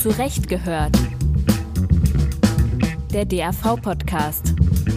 Zurecht gehört. Der DAV-Podcast.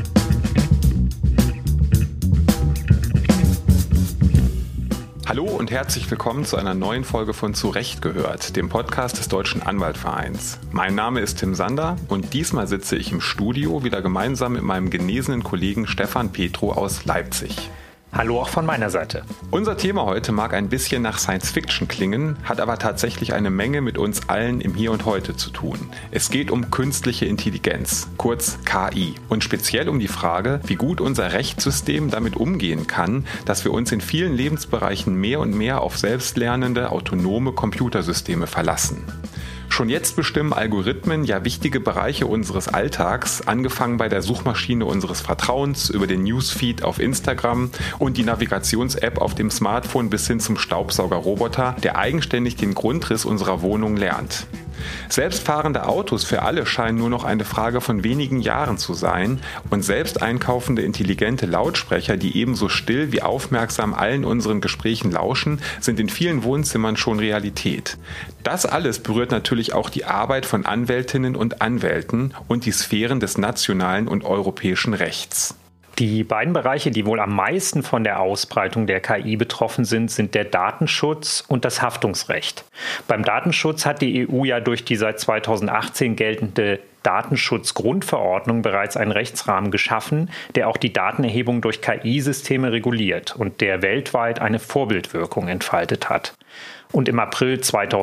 Hallo und herzlich willkommen zu einer neuen Folge von Zurecht gehört, dem Podcast des Deutschen Anwaltvereins. Mein Name ist Tim Sander und diesmal sitze ich im Studio wieder gemeinsam mit meinem genesenen Kollegen Stefan Petro aus Leipzig. Hallo auch von meiner Seite. Unser Thema heute mag ein bisschen nach Science-Fiction klingen, hat aber tatsächlich eine Menge mit uns allen im Hier und Heute zu tun. Es geht um künstliche Intelligenz, kurz KI, und speziell um die Frage, wie gut unser Rechtssystem damit umgehen kann, dass wir uns in vielen Lebensbereichen mehr und mehr auf selbstlernende, autonome Computersysteme verlassen. Schon jetzt bestimmen Algorithmen ja wichtige Bereiche unseres Alltags, angefangen bei der Suchmaschine unseres Vertrauens, über den Newsfeed auf Instagram und die Navigations-App auf dem Smartphone bis hin zum Staubsaugerroboter, der eigenständig den Grundriss unserer Wohnung lernt. Selbstfahrende Autos für alle scheinen nur noch eine Frage von wenigen Jahren zu sein und selbst einkaufende intelligente Lautsprecher, die ebenso still wie aufmerksam allen unseren Gesprächen lauschen, sind in vielen Wohnzimmern schon Realität. Das alles berührt natürlich auch die Arbeit von Anwältinnen und Anwälten und die Sphären des nationalen und europäischen Rechts. Die beiden Bereiche, die wohl am meisten von der Ausbreitung der KI betroffen sind, sind der Datenschutz und das Haftungsrecht. Beim Datenschutz hat die EU ja durch die seit 2018 geltende Datenschutzgrundverordnung bereits einen Rechtsrahmen geschaffen, der auch die Datenerhebung durch KI-Systeme reguliert und der weltweit eine Vorbildwirkung entfaltet hat. Und im April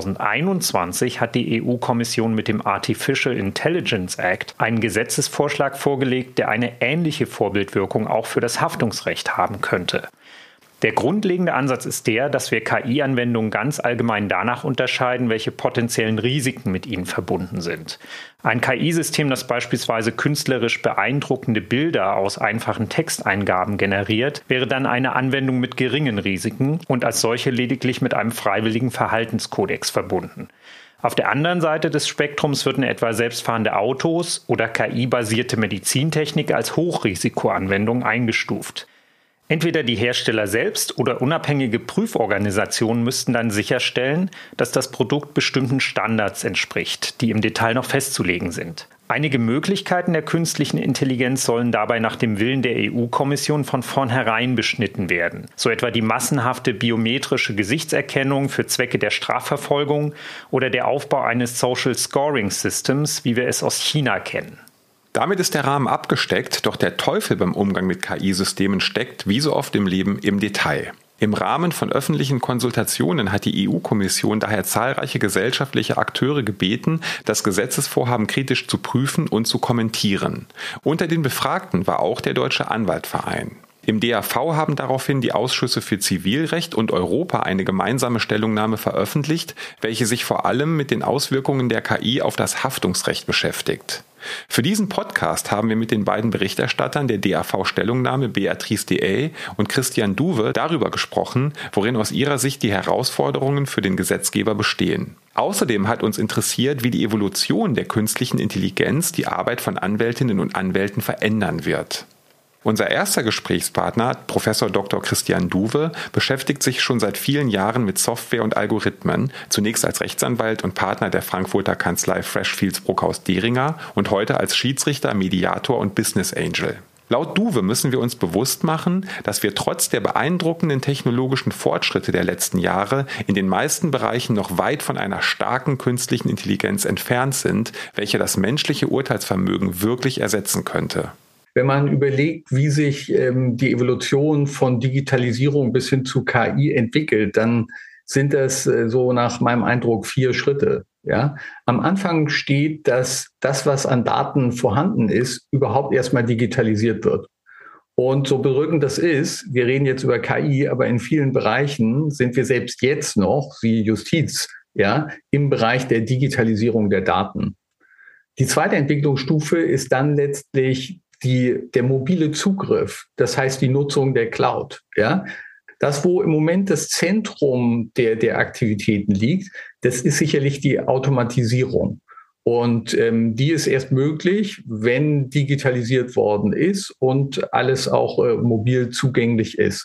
2021 hat die EU-Kommission mit dem Artificial Intelligence Act einen Gesetzesvorschlag vorgelegt, der eine ähnliche Vorbildwirkung auch für das Haftungsrecht haben könnte. Der grundlegende Ansatz ist der, dass wir KI-Anwendungen ganz allgemein danach unterscheiden, welche potenziellen Risiken mit ihnen verbunden sind. Ein KI-System, das beispielsweise künstlerisch beeindruckende Bilder aus einfachen Texteingaben generiert, wäre dann eine Anwendung mit geringen Risiken und als solche lediglich mit einem freiwilligen Verhaltenskodex verbunden. Auf der anderen Seite des Spektrums würden etwa selbstfahrende Autos oder KI-basierte Medizintechnik als Hochrisikoanwendung eingestuft. Entweder die Hersteller selbst oder unabhängige Prüforganisationen müssten dann sicherstellen, dass das Produkt bestimmten Standards entspricht, die im Detail noch festzulegen sind. Einige Möglichkeiten der künstlichen Intelligenz sollen dabei nach dem Willen der EU-Kommission von vornherein beschnitten werden. So etwa die massenhafte biometrische Gesichtserkennung für Zwecke der Strafverfolgung oder der Aufbau eines Social Scoring Systems, wie wir es aus China kennen. Damit ist der Rahmen abgesteckt, doch der Teufel beim Umgang mit KI-Systemen steckt, wie so oft im Leben, im Detail. Im Rahmen von öffentlichen Konsultationen hat die EU-Kommission daher zahlreiche gesellschaftliche Akteure gebeten, das Gesetzesvorhaben kritisch zu prüfen und zu kommentieren. Unter den Befragten war auch der Deutsche Anwaltverein. Im DAV haben daraufhin die Ausschüsse für Zivilrecht und Europa eine gemeinsame Stellungnahme veröffentlicht, welche sich vor allem mit den Auswirkungen der KI auf das Haftungsrecht beschäftigt. Für diesen Podcast haben wir mit den beiden Berichterstattern der DAV-Stellungnahme Beatrice Dehaye und Christian Duwe darüber gesprochen, worin aus ihrer Sicht die Herausforderungen für den Gesetzgeber bestehen. Außerdem hat uns interessiert, wie die Evolution der künstlichen Intelligenz die Arbeit von Anwältinnen und Anwälten verändern wird. Unser erster Gesprächspartner, Prof. Dr. Christian Duwe, beschäftigt sich schon seit vielen Jahren mit Software und Algorithmen, zunächst als Rechtsanwalt und Partner der Frankfurter Kanzlei Freshfields Bruckhaus-Deringer und heute als Schiedsrichter, Mediator und Business Angel. Laut Duwe müssen wir uns bewusst machen, dass wir trotz der beeindruckenden technologischen Fortschritte der letzten Jahre in den meisten Bereichen noch weit von einer starken künstlichen Intelligenz entfernt sind, welche das menschliche Urteilsvermögen wirklich ersetzen könnte. Wenn man überlegt, wie sich die Evolution von Digitalisierung bis hin zu KI entwickelt, dann sind das so nach meinem Eindruck 4 Schritte. Ja? Am Anfang steht, dass das, was an Daten vorhanden ist, überhaupt erstmal digitalisiert wird. Und so berückend das ist, wir reden jetzt über KI, aber in vielen Bereichen sind wir selbst jetzt noch, wie Justiz, ja, im Bereich der Digitalisierung der Daten. Die zweite Entwicklungsstufe ist dann letztlich der mobile Zugriff, das heißt die Nutzung der Cloud. Ja? Das, wo im Moment das Zentrum der Aktivitäten liegt, das ist sicherlich die Automatisierung. Und die ist erst möglich, wenn digitalisiert worden ist und alles auch mobil zugänglich ist.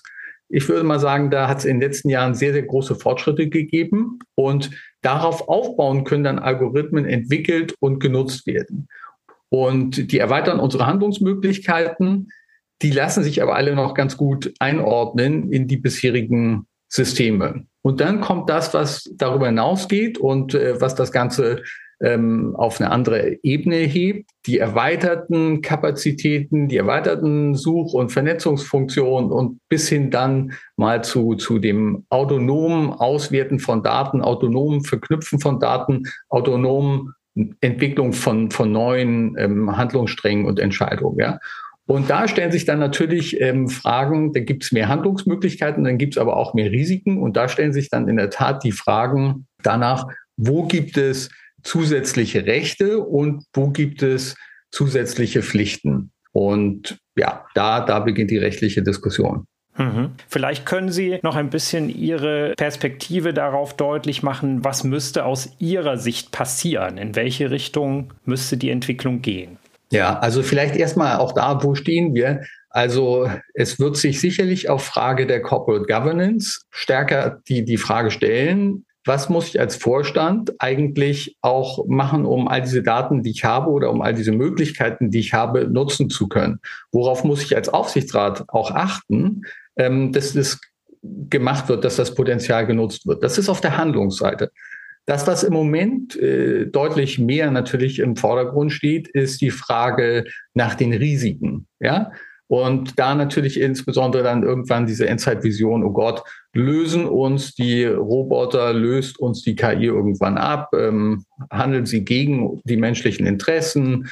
ich würde mal sagen, da hat es in den letzten Jahren sehr, sehr große Fortschritte gegeben und darauf aufbauen können dann Algorithmen entwickelt und genutzt werden. Und die erweitern unsere Handlungsmöglichkeiten, die lassen sich aber alle noch ganz gut einordnen in die bisherigen Systeme. Und dann kommt das, was darüber hinausgeht und was das Ganze auf eine andere Ebene hebt, die erweiterten Kapazitäten, die erweiterten Such- und Vernetzungsfunktionen und bis hin dann mal zu dem autonomen Auswerten von Daten, autonomen Verknüpfen von Daten, autonomen Entwicklung von neuen Handlungssträngen und Entscheidungen. Ja. Und da stellen sich dann natürlich Fragen, da gibt es mehr Handlungsmöglichkeiten, dann gibt es aber auch mehr Risiken. Und da stellen sich dann in der Tat die Fragen danach, wo gibt es zusätzliche Rechte und wo gibt es zusätzliche Pflichten? Und ja, da beginnt die rechtliche Diskussion. Vielleicht können Sie noch ein bisschen Ihre Perspektive darauf deutlich machen, was müsste aus Ihrer Sicht passieren? In welche Richtung müsste die Entwicklung gehen? Ja, also vielleicht erstmal auch da, wo stehen wir? Also es wird sich sicherlich auf Frage der Corporate Governance stärker die Frage stellen, was muss ich als Vorstand eigentlich auch machen, um all diese Daten, die ich habe oder um all diese Möglichkeiten, die ich habe, nutzen zu können? Worauf muss ich als Aufsichtsrat auch achten, dass das gemacht wird, dass das Potenzial genutzt wird? Das ist auf der Handlungsseite. Das, was im Moment deutlich mehr natürlich im Vordergrund steht, ist die Frage nach den Risiken. Ja? Und da natürlich insbesondere dann irgendwann diese Endzeitvision, oh Gott, lösen uns die Roboter, löst uns die KI irgendwann ab, handeln sie gegen die menschlichen Interessen,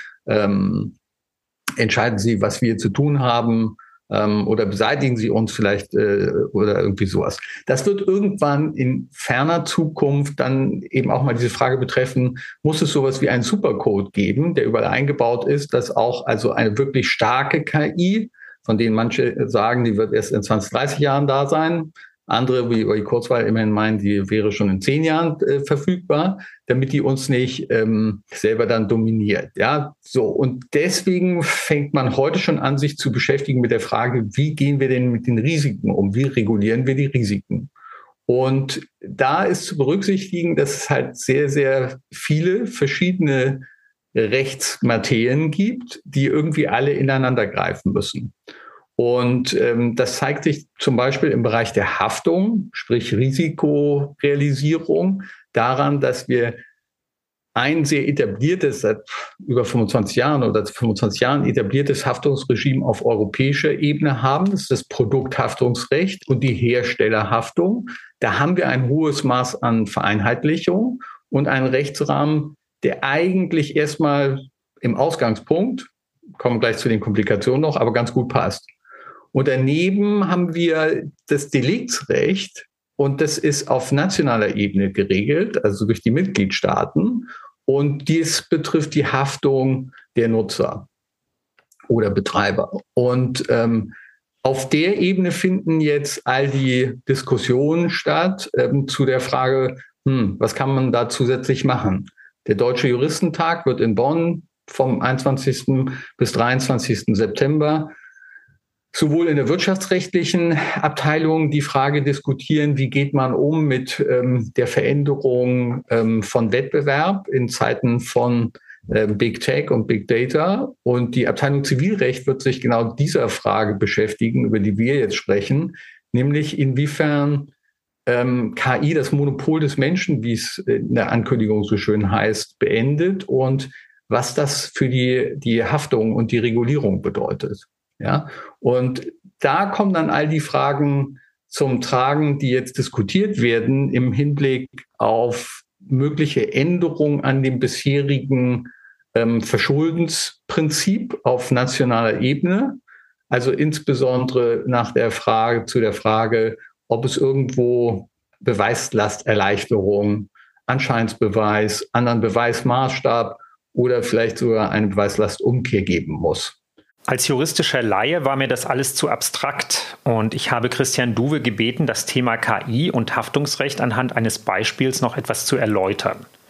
entscheiden sie, was wir zu tun haben, oder beseitigen sie uns vielleicht oder irgendwie sowas. Das wird irgendwann in ferner Zukunft dann eben auch mal diese Frage betreffen, muss es sowas wie einen Supercode geben, der überall eingebaut ist, dass auch also eine wirklich starke KI, von denen manche sagen, die wird erst in 20, 30 Jahren da sein, andere wie Kurzweil immerhin meinen, die wäre schon in 10 Jahren verfügbar, damit die uns nicht selber dann dominiert. Ja, so. Und deswegen fängt man heute schon an, sich zu beschäftigen mit der Frage, wie gehen wir denn mit den Risiken um? Wie regulieren wir die Risiken? Und da ist zu berücksichtigen, dass es halt sehr, sehr viele verschiedene Rechtsmaterien gibt, die irgendwie alle ineinander greifen müssen. Und das zeigt sich zum Beispiel im Bereich der Haftung, sprich Risikorealisierung, daran, dass wir ein sehr etabliertes, seit über 25 Jahren oder 25 Jahren etabliertes Haftungsregime auf europäischer Ebene haben. Das ist das Produkthaftungsrecht und die Herstellerhaftung. Da haben wir ein hohes Maß an Vereinheitlichung und einen Rechtsrahmen, der eigentlich erstmal im Ausgangspunkt, kommen gleich zu den Komplikationen noch, aber ganz gut passt. Und daneben haben wir das Deliktsrecht und das ist auf nationaler Ebene geregelt, also durch die Mitgliedstaaten. Und dies betrifft die Haftung der Nutzer oder Betreiber. Und auf der Ebene finden jetzt all die Diskussionen statt zu der Frage, was kann man da zusätzlich machen? Der Deutsche Juristentag wird in Bonn vom 21. bis 23. September sowohl in der wirtschaftsrechtlichen Abteilung die Frage diskutieren, wie geht man um mit der Veränderung von Wettbewerb in Zeiten von Big Tech und Big Data. Und die Abteilung Zivilrecht wird sich genau dieser Frage beschäftigen, über die wir jetzt sprechen, nämlich inwiefern KI das Monopol des Menschen, wie es in der Ankündigung so schön heißt, beendet und was das für die Haftung und die Regulierung bedeutet. Ja, und da kommen dann all die Fragen zum Tragen, die jetzt diskutiert werden im Hinblick auf mögliche Änderungen an dem bisherigen Verschuldensprinzip auf nationaler Ebene. Also insbesondere zu der Frage, ob es irgendwo Beweislasterleichterung, Anscheinsbeweis, anderen Beweismaßstab oder vielleicht sogar eine Beweislastumkehr geben muss. Als juristischer Laie war mir das alles zu abstrakt und ich habe Christian Duwe gebeten, das Thema KI und Haftungsrecht anhand eines Beispiels noch etwas zu erläutern.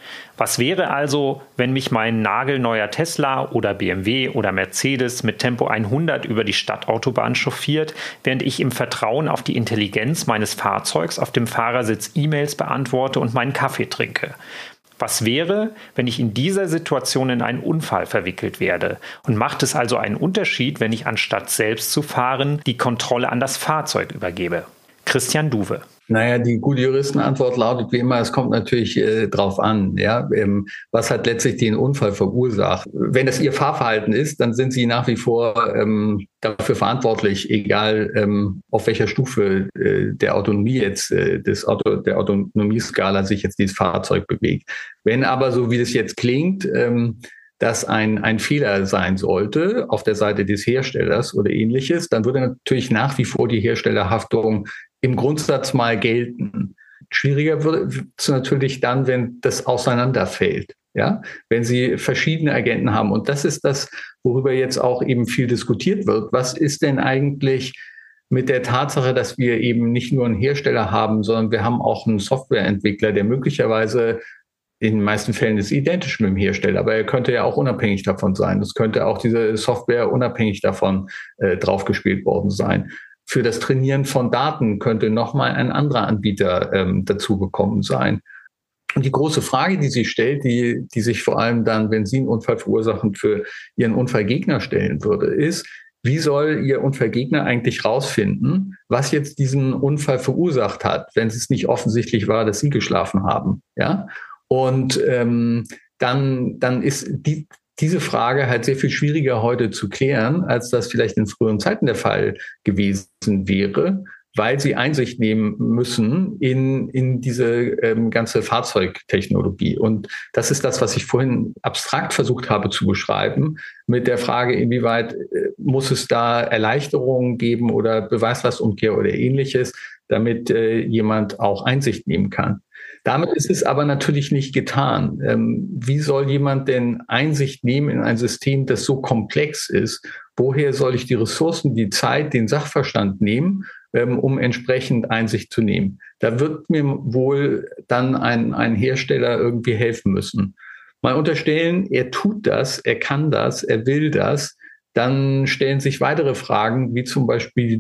Was wäre also, wenn mich mein nagelneuer Tesla oder BMW oder Mercedes mit Tempo 100 über die Stadtautobahn chauffiert, während ich im Vertrauen auf die Intelligenz meines Fahrzeugs auf dem Fahrersitz E-Mails beantworte und meinen Kaffee trinke? Was wäre, wenn ich in dieser Situation in einen Unfall verwickelt werde? Und macht es also einen Unterschied, wenn ich anstatt selbst zu fahren, die Kontrolle an das Fahrzeug übergebe? Christian Duwe. Naja, die gute Juristenantwort lautet wie immer, es kommt natürlich drauf an, ja, was hat letztlich den Unfall verursacht. Wenn das Ihr Fahrverhalten ist, dann sind Sie nach wie vor dafür verantwortlich, egal auf welcher Stufe der Autonomie jetzt, der Autonomieskala sich jetzt dieses Fahrzeug bewegt. Wenn aber, so wie das jetzt klingt, dass ein Fehler sein sollte auf der Seite des Herstellers oder ähnliches, dann würde natürlich nach wie vor die Herstellerhaftung im Grundsatz mal gelten. Schwieriger wird es natürlich dann, wenn das auseinanderfällt. Ja, wenn Sie verschiedene Agenten haben. Und das ist das, worüber jetzt auch eben viel diskutiert wird. Was ist denn eigentlich mit der Tatsache, dass wir eben nicht nur einen Hersteller haben, sondern wir haben auch einen Softwareentwickler, der möglicherweise in den meisten Fällen ist identisch mit dem Hersteller, aber er könnte ja auch unabhängig davon sein. Es könnte auch diese Software unabhängig davon draufgespielt worden sein. Für das Trainieren von Daten könnte nochmal ein anderer Anbieter dazugekommen sein. Und die große Frage, die sie stellt, die sich vor allem dann, wenn sie einen Unfall verursachen, für ihren Unfallgegner stellen würde, ist, wie soll Ihr Unfallgegner eigentlich rausfinden, was jetzt diesen Unfall verursacht hat, wenn es nicht offensichtlich war, dass Sie geschlafen haben? Ja? Und dann ist diese Frage halt sehr viel schwieriger heute zu klären, als das vielleicht in früheren Zeiten der Fall gewesen wäre, weil sie Einsicht nehmen müssen in diese ganze Fahrzeugtechnologie. Und das ist das, was ich vorhin abstrakt versucht habe zu beschreiben, mit der Frage, inwieweit muss es da Erleichterungen geben oder Beweislastumkehr oder ähnliches, damit jemand auch Einsicht nehmen kann. Damit ist es aber natürlich nicht getan. Wie soll jemand denn Einsicht nehmen in ein System, das so komplex ist? Woher soll ich die Ressourcen, die Zeit, den Sachverstand nehmen, um entsprechend Einsicht zu nehmen? Da wird mir wohl dann ein Hersteller irgendwie helfen müssen. Mal unterstellen, er tut das, er kann das, er will das. Dann stellen sich weitere Fragen, wie zum Beispiel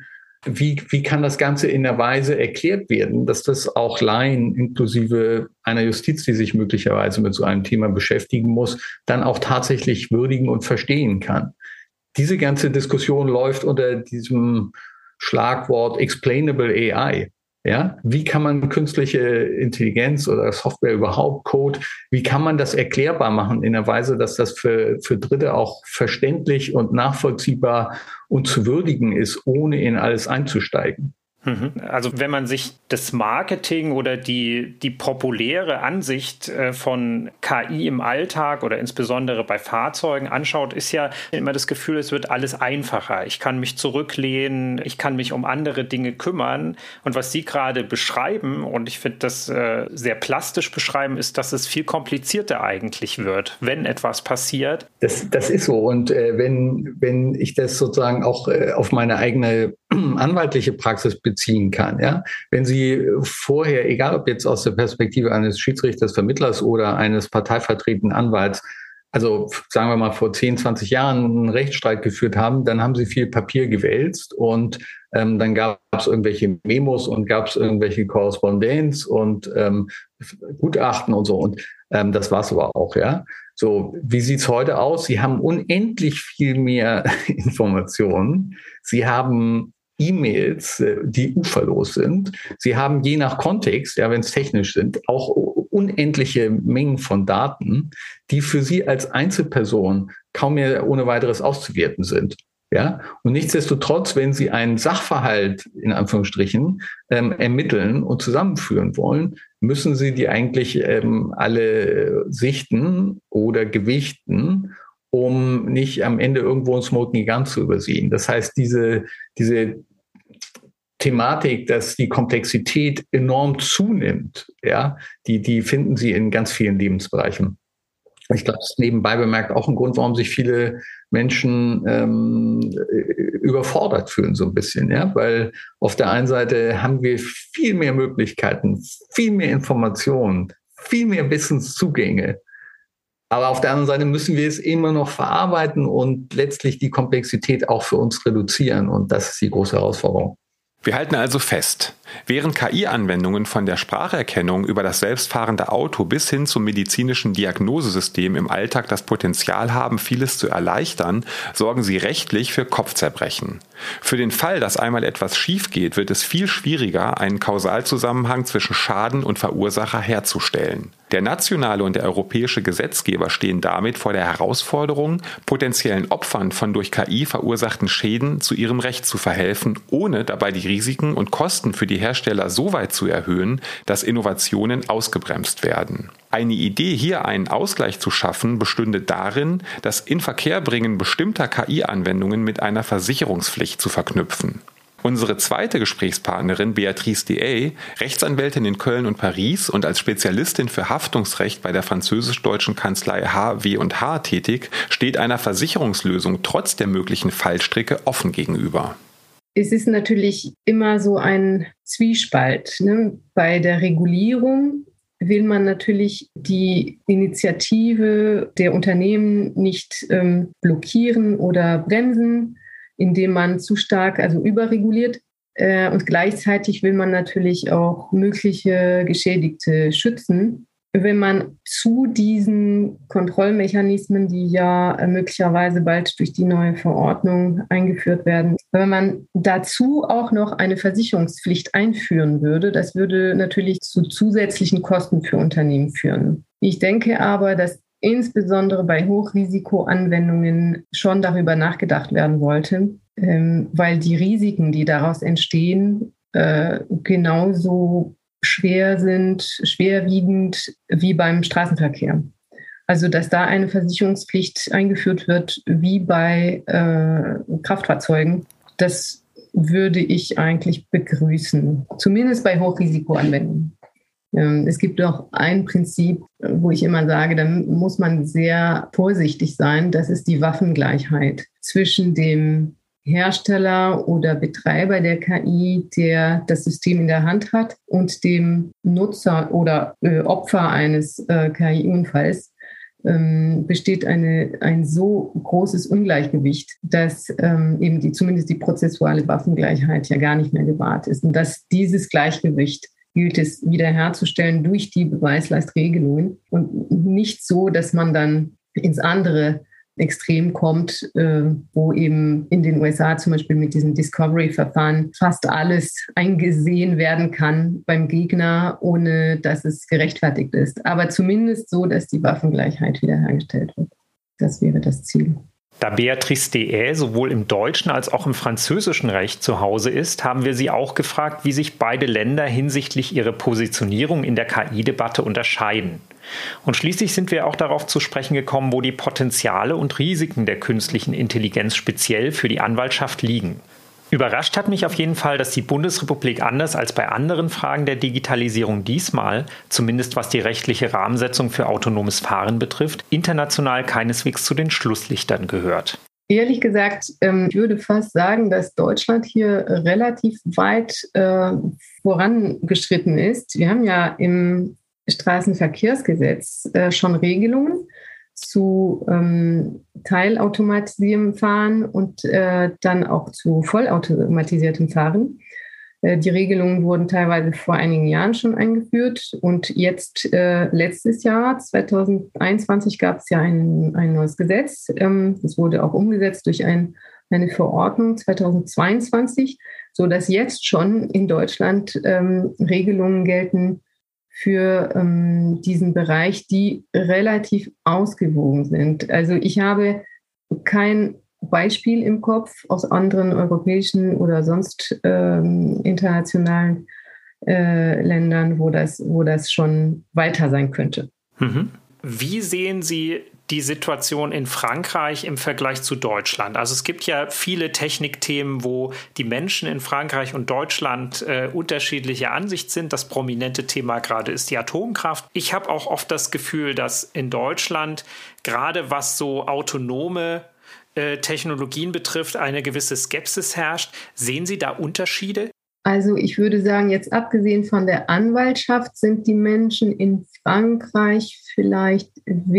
wie kann das Ganze in der Weise erklärt werden, dass das auch Laien inklusive einer Justiz, die sich möglicherweise mit so einem Thema beschäftigen muss, dann auch tatsächlich würdigen und verstehen kann. Diese ganze Diskussion läuft unter diesem Schlagwort Explainable AI. Ja, wie kann man künstliche Intelligenz oder Software überhaupt, Code, wie kann man das erklärbar machen in einer Weise, dass das für Dritte auch verständlich und nachvollziehbar und zu würdigen ist, ohne in alles einzusteigen? Also wenn man sich das Marketing oder die populäre Ansicht von KI im Alltag oder insbesondere bei Fahrzeugen anschaut, ist ja immer das Gefühl, es wird alles einfacher. Ich kann mich zurücklehnen, ich kann mich um andere Dinge kümmern. Und was Sie gerade beschreiben, und ich finde das sehr plastisch beschreiben, ist, dass es viel komplizierter eigentlich wird, wenn etwas passiert. Das ist so. Und wenn ich das sozusagen auch auf meine eigene anwaltliche Praxis beziehen kann. Ja? Wenn Sie vorher, egal ob jetzt aus der Perspektive eines Schiedsrichters, Vermittlers oder eines parteivertretenden Anwalts, also sagen wir mal vor 10, 20 Jahren einen Rechtsstreit geführt haben, dann haben Sie viel Papier gewälzt und dann gab es irgendwelche Memos und gab es irgendwelche Korrespondenz und Gutachten und so. Und das war es aber auch, ja. So, wie sieht's heute aus? Sie haben unendlich viel mehr Informationen. Sie haben E-Mails, die uferlos sind. Sie haben je nach Kontext, ja, wenn es technisch sind, auch unendliche Mengen von Daten, die für Sie als Einzelperson kaum mehr ohne weiteres auszuwerten sind. Ja, und nichtsdestotrotz, wenn Sie einen Sachverhalt in Anführungsstrichen ermitteln und zusammenführen wollen, müssen Sie die eigentlich alle sichten oder gewichten, um nicht am Ende irgendwo ein Smoking Gun zu übersehen. Das heißt, diese Thematik, dass die Komplexität enorm zunimmt, ja, die finden Sie in ganz vielen Lebensbereichen. Ich glaube, das ist nebenbei bemerkt auch ein Grund, warum sich viele Menschen überfordert fühlen so ein bisschen, ja, weil auf der einen Seite haben wir viel mehr Möglichkeiten, viel mehr Informationen, viel mehr Wissenszugänge. Aber auf der anderen Seite müssen wir es immer noch verarbeiten und letztlich die Komplexität auch für uns reduzieren. Und das ist die große Herausforderung. Wir halten also fest, während KI-Anwendungen von der Spracherkennung über das selbstfahrende Auto bis hin zum medizinischen Diagnosesystem im Alltag das Potenzial haben, vieles zu erleichtern, sorgen sie rechtlich für Kopfzerbrechen. Für den Fall, dass einmal etwas schief geht, wird es viel schwieriger, einen Kausalzusammenhang zwischen Schaden und Verursacher herzustellen. Der nationale und der europäische Gesetzgeber stehen damit vor der Herausforderung, potenziellen Opfern von durch KI verursachten Schäden zu ihrem Recht zu verhelfen, ohne dabei die Risiken und Kosten für die Hersteller so weit zu erhöhen, dass Innovationen ausgebremst werden. Eine Idee, hier einen Ausgleich zu schaffen, bestünde darin, das Inverkehrbringen bestimmter KI-Anwendungen mit einer Versicherungspflicht zu verknüpfen. Unsere zweite Gesprächspartnerin Beatrice Dehaye, Rechtsanwältin in Köln und Paris und als Spezialistin für Haftungsrecht bei der französisch-deutschen Kanzlei H&W tätig, steht einer Versicherungslösung trotz der möglichen Fallstricke offen gegenüber. Es ist natürlich immer so ein Zwiespalt, ne? Bei der Regulierung will man natürlich die Initiative der Unternehmen nicht blockieren oder bremsen, indem man zu stark, also überreguliert. Und gleichzeitig will man natürlich auch mögliche Geschädigte schützen. Wenn man zu diesen Kontrollmechanismen, die ja möglicherweise bald durch die neue Verordnung eingeführt werden, wenn man dazu auch noch eine Versicherungspflicht einführen würde, das würde natürlich zu zusätzlichen Kosten für Unternehmen führen. Ich denke aber, dass insbesondere bei Hochrisikoanwendungen schon darüber nachgedacht werden wollte, weil die Risiken, die daraus entstehen, genauso schwerwiegend wie beim Straßenverkehr. Also dass da eine Versicherungspflicht eingeführt wird wie bei Kraftfahrzeugen, das würde ich eigentlich begrüßen, zumindest bei Hochrisikoanwendungen. Es gibt auch ein Prinzip, wo ich immer sage, da muss man sehr vorsichtig sein. Das ist die Waffengleichheit zwischen dem Hersteller oder Betreiber der KI, der das System in der Hand hat, und dem Nutzer oder Opfer eines KI-Unfalls. Besteht ein so großes Ungleichgewicht, dass eben zumindest die prozessuale Waffengleichheit ja gar nicht mehr gewahrt ist. Und dass dieses Gleichgewicht gilt es wiederherzustellen durch die Beweislastregelungen und nicht so, dass man dann ins andere Extrem kommt, wo eben in den USA zum Beispiel mit diesem Discovery-Verfahren fast alles eingesehen werden kann beim Gegner, ohne dass es gerechtfertigt ist. Aber zumindest so, dass die Waffengleichheit wiederhergestellt wird. Das wäre das Ziel. Da Beatrice Dehaye sowohl im deutschen als auch im französischen Recht zu Hause ist, haben wir sie auch gefragt, wie sich beide Länder hinsichtlich ihrer Positionierung in der KI-Debatte unterscheiden. Und schließlich sind wir auch darauf zu sprechen gekommen, wo die Potenziale und Risiken der künstlichen Intelligenz speziell für die Anwaltschaft liegen. Überrascht hat mich auf jeden Fall, dass die Bundesrepublik anders als bei anderen Fragen der Digitalisierung diesmal, zumindest was die rechtliche Rahmensetzung für autonomes Fahren betrifft, international keineswegs zu den Schlusslichtern gehört. Ehrlich gesagt, ich würde fast sagen, dass Deutschland hier relativ weit vorangeschritten ist. Wir haben ja im Straßenverkehrsgesetz schon Regelungen zu teilautomatisiertem Fahren und dann auch zu vollautomatisiertem Fahren. Die Regelungen wurden teilweise vor einigen Jahren schon eingeführt und jetzt letztes Jahr, 2021, gab es ja ein neues Gesetz. Das wurde auch umgesetzt durch eine Verordnung 2022, sodass jetzt schon in Deutschland Regelungen gelten für diesen Bereich, die relativ ausgewogen sind. Also ich habe kein Beispiel im Kopf aus anderen europäischen oder sonst internationalen Ländern, wo das schon weiter sein könnte. Mhm. Wie sehen Sie die Situation in Frankreich im Vergleich zu Deutschland? Also es gibt ja viele Technikthemen, wo die Menschen in Frankreich und Deutschland unterschiedlicher Ansicht sind. Das prominente Thema gerade ist die Atomkraft. Ich habe auch oft das Gefühl, dass in Deutschland, gerade was so autonome Technologien betrifft, eine gewisse Skepsis herrscht. Sehen Sie da Unterschiede? Also ich würde sagen, jetzt abgesehen von der Anwaltschaft sind die Menschen in Frankreich vielleicht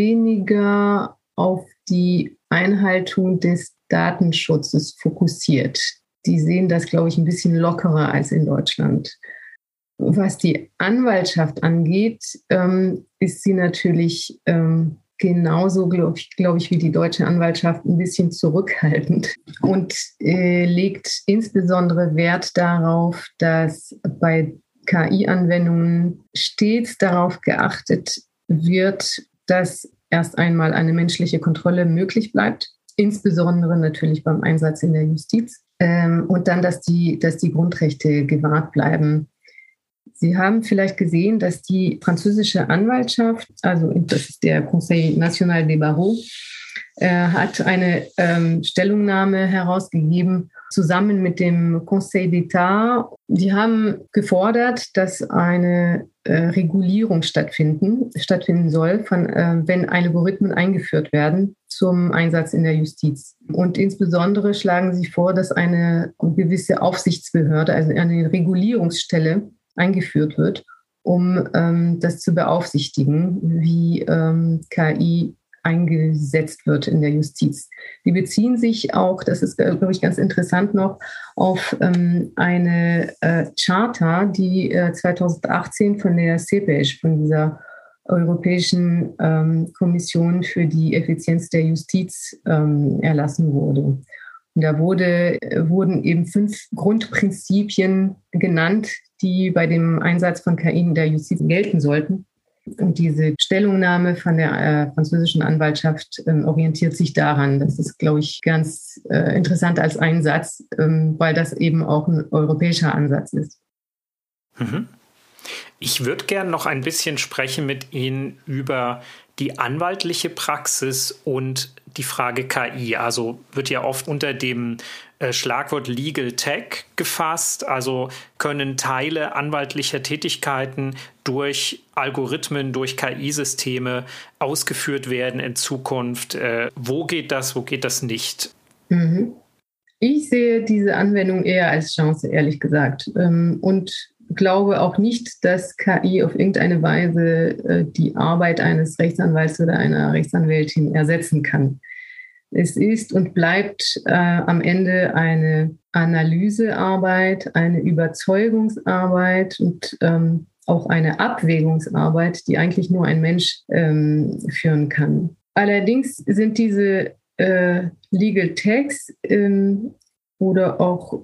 weniger auf die Einhaltung des Datenschutzes fokussiert. Die sehen das, glaube ich, ein bisschen lockerer als in Deutschland. Was die Anwaltschaft angeht, ist sie natürlich genauso, glaube ich, wie die deutsche Anwaltschaft ein bisschen zurückhaltend und legt insbesondere Wert darauf, dass bei KI-Anwendungen stets darauf geachtet wird, dass erst einmal eine menschliche Kontrolle möglich bleibt, insbesondere natürlich beim Einsatz in der Justiz, und dann, dass die Grundrechte gewahrt bleiben. Sie haben vielleicht gesehen, dass die französische Anwaltschaft, also das ist der Conseil National des Barreaux, hat eine Stellungnahme herausgegeben, zusammen mit dem Conseil d'État. Die haben gefordert, dass eine Regulierung stattfinden soll, wenn Algorithmen eingeführt werden zum Einsatz in der Justiz. Und insbesondere schlagen sie vor, dass eine gewisse Aufsichtsbehörde, also eine Regulierungsstelle, eingeführt wird, um das zu beaufsichtigen, wie KI eingesetzt wird in der Justiz. Die beziehen sich auch, das ist, glaube ich, ganz interessant noch, auf eine Charta, die 2018 von der CEPEJ, von dieser Europäischen Kommission für die Effizienz der Justiz erlassen wurde. Und da wurden eben 5 Grundprinzipien genannt, die bei dem Einsatz von KI in der Justiz gelten sollten. Und diese Stellungnahme von der französischen Anwaltschaft orientiert sich daran. Das ist, glaube ich, ganz interessant als Einsatz, weil das eben auch ein europäischer Ansatz ist. Mhm. Ich würde gerne noch ein bisschen sprechen mit Ihnen über die anwaltliche Praxis und die Frage KI. Also wird ja oft unter dem Schlagwort Legal Tech gefasst. Also können Teile anwaltlicher Tätigkeiten durch Algorithmen, durch KI-Systeme ausgeführt werden in Zukunft? Wo geht das nicht? Mhm. Ich sehe diese Anwendung eher als Chance, ehrlich gesagt. Und glaube auch nicht, dass KI auf irgendeine Weise die Arbeit eines Rechtsanwalts oder einer Rechtsanwältin ersetzen kann. Es ist und bleibt am Ende eine Analysearbeit, eine Überzeugungsarbeit und auch eine Abwägungsarbeit, die eigentlich nur ein Mensch führen kann. Allerdings sind diese Legal Techs oder auch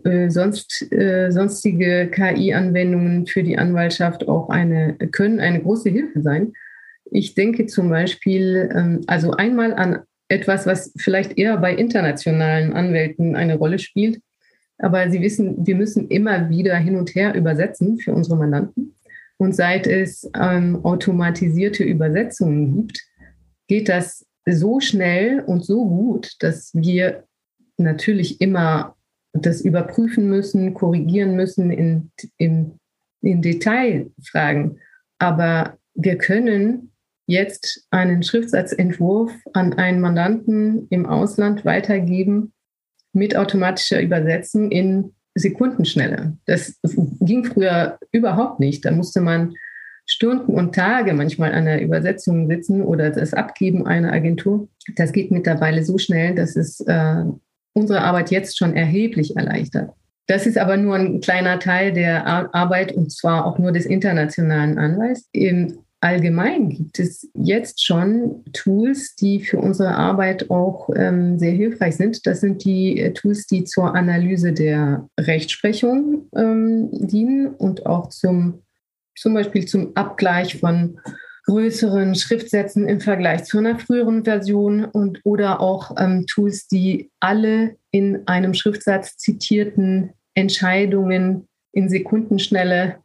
sonstige KI-Anwendungen für die Anwaltschaft auch können eine große Hilfe sein. Ich denke zum Beispiel also einmal an etwas, was vielleicht eher bei internationalen Anwälten eine Rolle spielt. Aber Sie wissen, wir müssen immer wieder hin und her übersetzen für unsere Mandanten. Und seit es automatisierte Übersetzungen gibt, geht das so schnell und so gut, dass wir natürlich immer das überprüfen müssen, korrigieren müssen in Detailfragen. Aber wir können jetzt einen Schriftsatzentwurf an einen Mandanten im Ausland weitergeben mit automatischer Übersetzung in Sekundenschnelle. Das ging früher überhaupt nicht. Da musste man Stunden und Tage manchmal an der Übersetzung sitzen oder das Abgeben einer Agentur. Das geht mittlerweile so schnell, dass es unsere Arbeit jetzt schon erheblich erleichtert. Das ist aber nur ein kleiner Teil der Arbeit und zwar auch nur des internationalen Anwalts. Im Allgemeinen gibt es jetzt schon Tools, die für unsere Arbeit auch sehr hilfreich sind. Das sind die Tools, die zur Analyse der Rechtsprechung dienen und auch zum Beispiel zum Abgleich von größeren Schriftsätzen im Vergleich zu einer früheren Version oder auch Tools, die alle in einem Schriftsatz zitierten Entscheidungen in Sekundenschnelle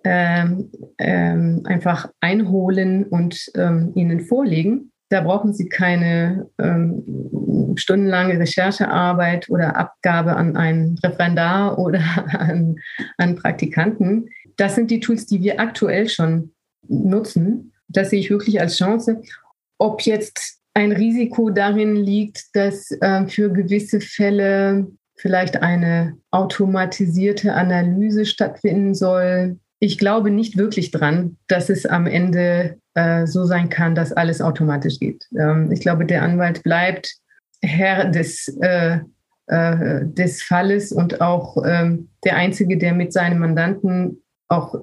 einfach einholen und ihnen vorlegen. Da brauchen Sie keine stundenlange Recherchearbeit oder Abgabe an einen Referendar oder an Praktikanten. Das sind die Tools, die wir aktuell schon nutzen. Das sehe ich wirklich als Chance. Ob jetzt ein Risiko darin liegt, dass für gewisse Fälle vielleicht eine automatisierte Analyse stattfinden soll. Ich glaube nicht wirklich dran, dass es am Ende so sein kann, dass alles automatisch geht. Ich glaube, der Anwalt bleibt Herr des Falles und auch der Einzige, der mit seinem Mandanten auch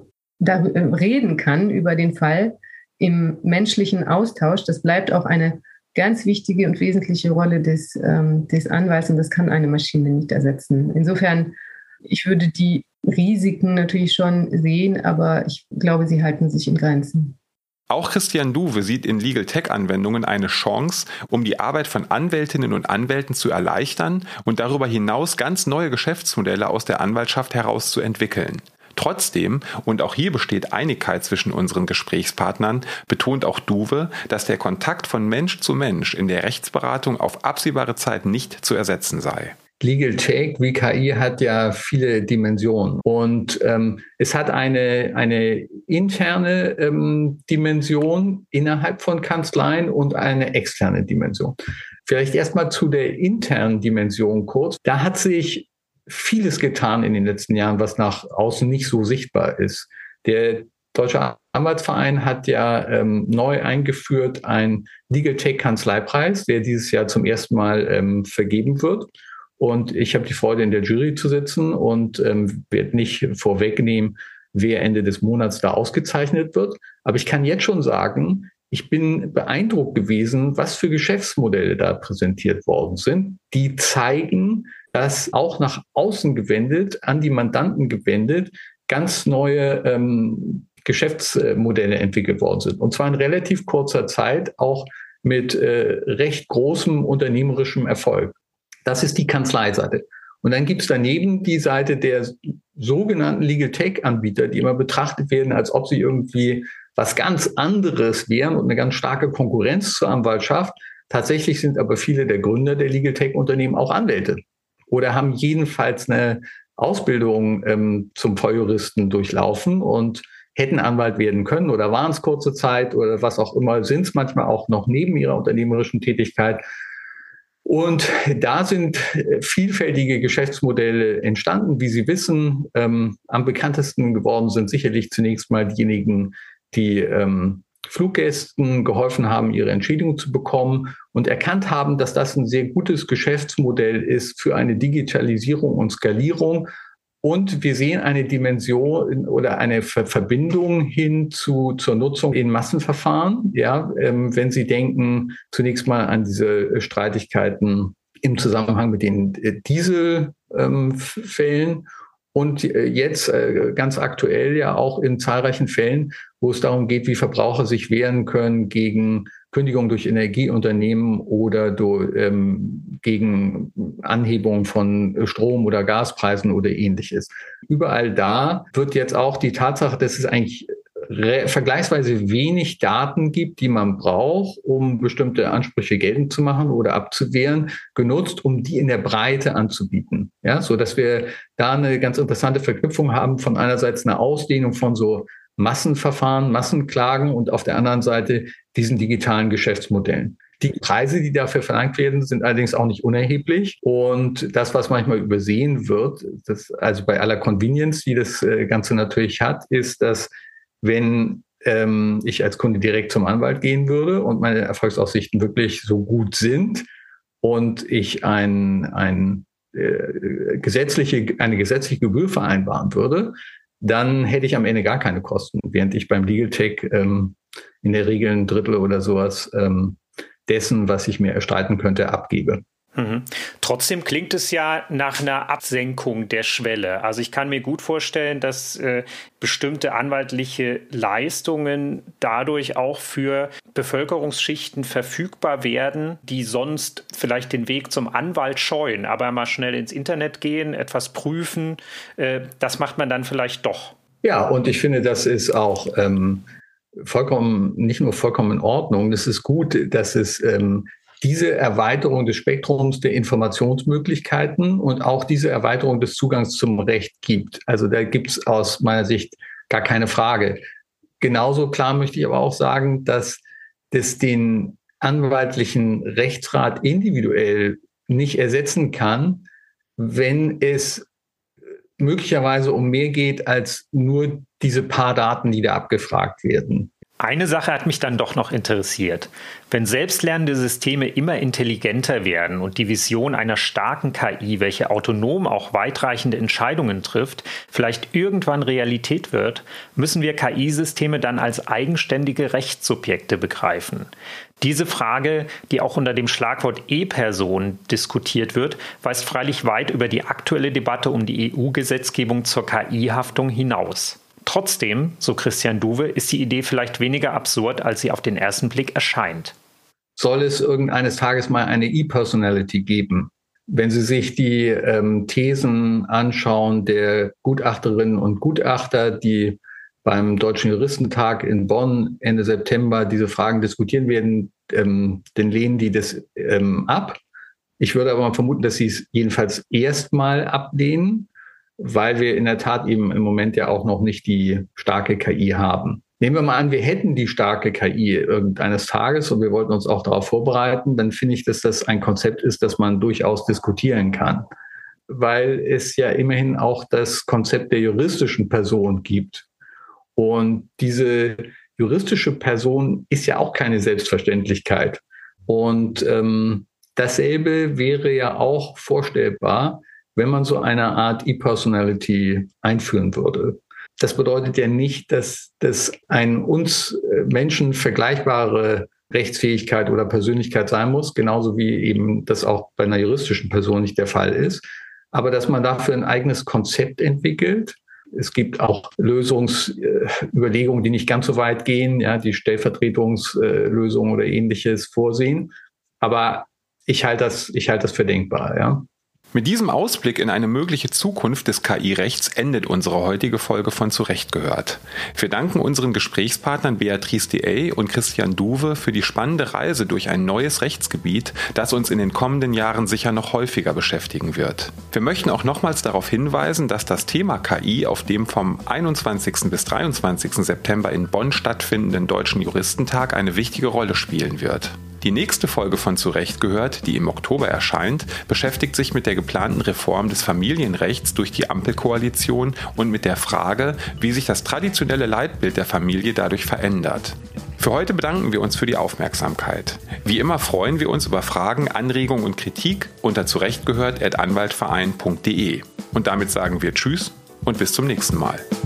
reden kann über den Fall im menschlichen Austausch. Das bleibt auch eine ganz wichtige und wesentliche Rolle des Anwalts und das kann eine Maschine nicht ersetzen. Insofern, ich würde die Risiken natürlich schon sehen, aber ich glaube, sie halten sich in Grenzen. Auch Christian Duwe sieht in Legal Tech-Anwendungen eine Chance, um die Arbeit von Anwältinnen und Anwälten zu erleichtern und darüber hinaus ganz neue Geschäftsmodelle aus der Anwaltschaft heraus zu entwickeln. Trotzdem, und auch hier besteht Einigkeit zwischen unseren Gesprächspartnern, betont auch Duwe, dass der Kontakt von Mensch zu Mensch in der Rechtsberatung auf absehbare Zeit nicht zu ersetzen sei. Legal Tech wie KI hat ja viele Dimensionen und es hat eine interne Dimension innerhalb von Kanzleien und eine externe Dimension. Vielleicht erstmal zu der internen Dimension kurz. Da hat sich vieles getan in den letzten Jahren, was nach außen nicht so sichtbar ist. Der Deutsche Anwaltsverein hat ja neu eingeführt einen Legal Tech Kanzleipreis, der dieses Jahr zum ersten Mal vergeben wird. Und ich habe die Freude, in der Jury zu sitzen und werde nicht vorwegnehmen, wer Ende des Monats da ausgezeichnet wird. Aber ich kann jetzt schon sagen, ich bin beeindruckt gewesen, was für Geschäftsmodelle da präsentiert worden sind. Die zeigen, dass auch nach außen gewendet, an die Mandanten gewendet, ganz neue Geschäftsmodelle entwickelt worden sind. Und zwar in relativ kurzer Zeit auch mit recht großem unternehmerischem Erfolg. Das ist die Kanzleiseite. Und dann gibt es daneben die Seite der sogenannten Legal Tech-Anbieter, die immer betrachtet werden, als ob sie irgendwie was ganz anderes wären und eine ganz starke Konkurrenz zur Anwaltschaft. Tatsächlich sind aber viele der Gründer der Legal Tech-Unternehmen auch Anwälte oder haben jedenfalls eine Ausbildung zum Volljuristen durchlaufen und hätten Anwalt werden können oder waren es kurze Zeit oder was auch immer, sind es manchmal auch noch neben ihrer unternehmerischen Tätigkeit. Und da sind vielfältige Geschäftsmodelle entstanden. Wie Sie wissen, am bekanntesten geworden sind sicherlich zunächst mal diejenigen, die Fluggästen geholfen haben, ihre Entschädigung zu bekommen und erkannt haben, dass das ein sehr gutes Geschäftsmodell ist für eine Digitalisierung und Skalierung. Und wir sehen eine Dimension oder eine Verbindung hin zur Nutzung in Massenverfahren. Ja, wenn Sie denken zunächst mal an diese Streitigkeiten im Zusammenhang mit den Dieselfällen und jetzt ganz aktuell ja auch in zahlreichen Fällen, wo es darum geht, wie Verbraucher sich wehren können gegen Kündigung durch Energieunternehmen oder gegen Anhebung von Strom- oder Gaspreisen oder Ähnliches. Überall da wird jetzt auch die Tatsache, dass es eigentlich vergleichsweise wenig Daten gibt, die man braucht, um bestimmte Ansprüche geltend zu machen oder abzuwehren, genutzt, um die in der Breite anzubieten. Ja, so dass wir da eine ganz interessante Verknüpfung haben von einerseits einer Ausdehnung von so Massenverfahren, Massenklagen und auf der anderen Seite diesen digitalen Geschäftsmodellen. Die Preise, die dafür verlangt werden, sind allerdings auch nicht unerheblich. Und das, was manchmal übersehen wird, also bei aller Convenience, die das Ganze natürlich hat, ist, dass wenn ich als Kunde direkt zum Anwalt gehen würde und meine Erfolgsaussichten wirklich so gut sind und ich eine gesetzliche Gebühr vereinbaren würde, dann hätte ich am Ende gar keine Kosten, während ich beim Legal Tech in der Regel ein Drittel oder sowas dessen, was ich mir erstreiten könnte, abgebe. Mhm. Trotzdem klingt es ja nach einer Absenkung der Schwelle. Also ich kann mir gut vorstellen, dass bestimmte anwaltliche Leistungen dadurch auch für Bevölkerungsschichten verfügbar werden, die sonst vielleicht den Weg zum Anwalt scheuen, aber mal schnell ins Internet gehen, etwas prüfen, das macht man dann vielleicht doch. Ja, und ich finde, das ist auch nicht nur vollkommen in Ordnung, es ist gut, dass es diese Erweiterung des Spektrums der Informationsmöglichkeiten und auch diese Erweiterung des Zugangs zum Recht gibt. Also da gibt es aus meiner Sicht gar keine Frage. Genauso klar möchte ich aber auch sagen, dass das den anwaltlichen Rechtsrat individuell nicht ersetzen kann, wenn es möglicherweise um mehr geht als nur diese paar Daten, die da abgefragt werden. Eine Sache hat mich dann doch noch interessiert. Wenn selbstlernende Systeme immer intelligenter werden und die Vision einer starken KI, welche autonom auch weitreichende Entscheidungen trifft, vielleicht irgendwann Realität wird, müssen wir KI-Systeme dann als eigenständige Rechtssubjekte begreifen. Diese Frage, die auch unter dem Schlagwort E-Person diskutiert wird, weist freilich weit über die aktuelle Debatte um die EU-Gesetzgebung zur KI-Haftung hinaus. Trotzdem, so Christian Duwe, ist die Idee vielleicht weniger absurd, als sie auf den ersten Blick erscheint. Soll es irgendeines Tages mal eine E-Personality geben? Wenn Sie sich die Thesen anschauen der Gutachterinnen und Gutachter, die beim Deutschen Juristentag in Bonn Ende September diese Fragen diskutieren werden, dann lehnen die das ab. Ich würde aber mal vermuten, dass sie es jedenfalls erstmal ablehnen, weil wir in der Tat eben im Moment ja auch noch nicht die starke KI haben. Nehmen wir mal an, wir hätten die starke KI irgendeines Tages und wir wollten uns auch darauf vorbereiten, dann finde ich, dass das ein Konzept ist, das man durchaus diskutieren kann, weil es ja immerhin auch das Konzept der juristischen Person gibt. Und diese juristische Person ist ja auch keine Selbstverständlichkeit. Und dasselbe wäre ja auch vorstellbar, wenn man so eine Art E-Personality einführen würde. Das bedeutet ja nicht, dass das eine uns Menschen vergleichbare Rechtsfähigkeit oder Persönlichkeit sein muss, genauso wie eben das auch bei einer juristischen Person nicht der Fall ist. Aber dass man dafür ein eigenes Konzept entwickelt. Es gibt auch Lösungsüberlegungen, die nicht ganz so weit gehen, ja, die Stellvertretungslösungen oder Ähnliches vorsehen. Aber ich halte das für denkbar, ja. Mit diesem Ausblick in eine mögliche Zukunft des KI-Rechts endet unsere heutige Folge von Zurecht gehört. Wir danken unseren Gesprächspartnern Beatrice D'Ey und Christian Duwe für die spannende Reise durch ein neues Rechtsgebiet, das uns in den kommenden Jahren sicher noch häufiger beschäftigen wird. Wir möchten auch nochmals darauf hinweisen, dass das Thema KI auf dem vom 21. bis 23. September in Bonn stattfindenden Deutschen Juristentag eine wichtige Rolle spielen wird. Die nächste Folge von Zurecht gehört, die im Oktober erscheint, beschäftigt sich mit der geplanten Reform des Familienrechts durch die Ampelkoalition und mit der Frage, wie sich das traditionelle Leitbild der Familie dadurch verändert. Für heute bedanken wir uns für die Aufmerksamkeit. Wie immer freuen wir uns über Fragen, Anregungen und Kritik unter zurechtgehört@anwaltverein.de. Und damit sagen wir Tschüss und bis zum nächsten Mal.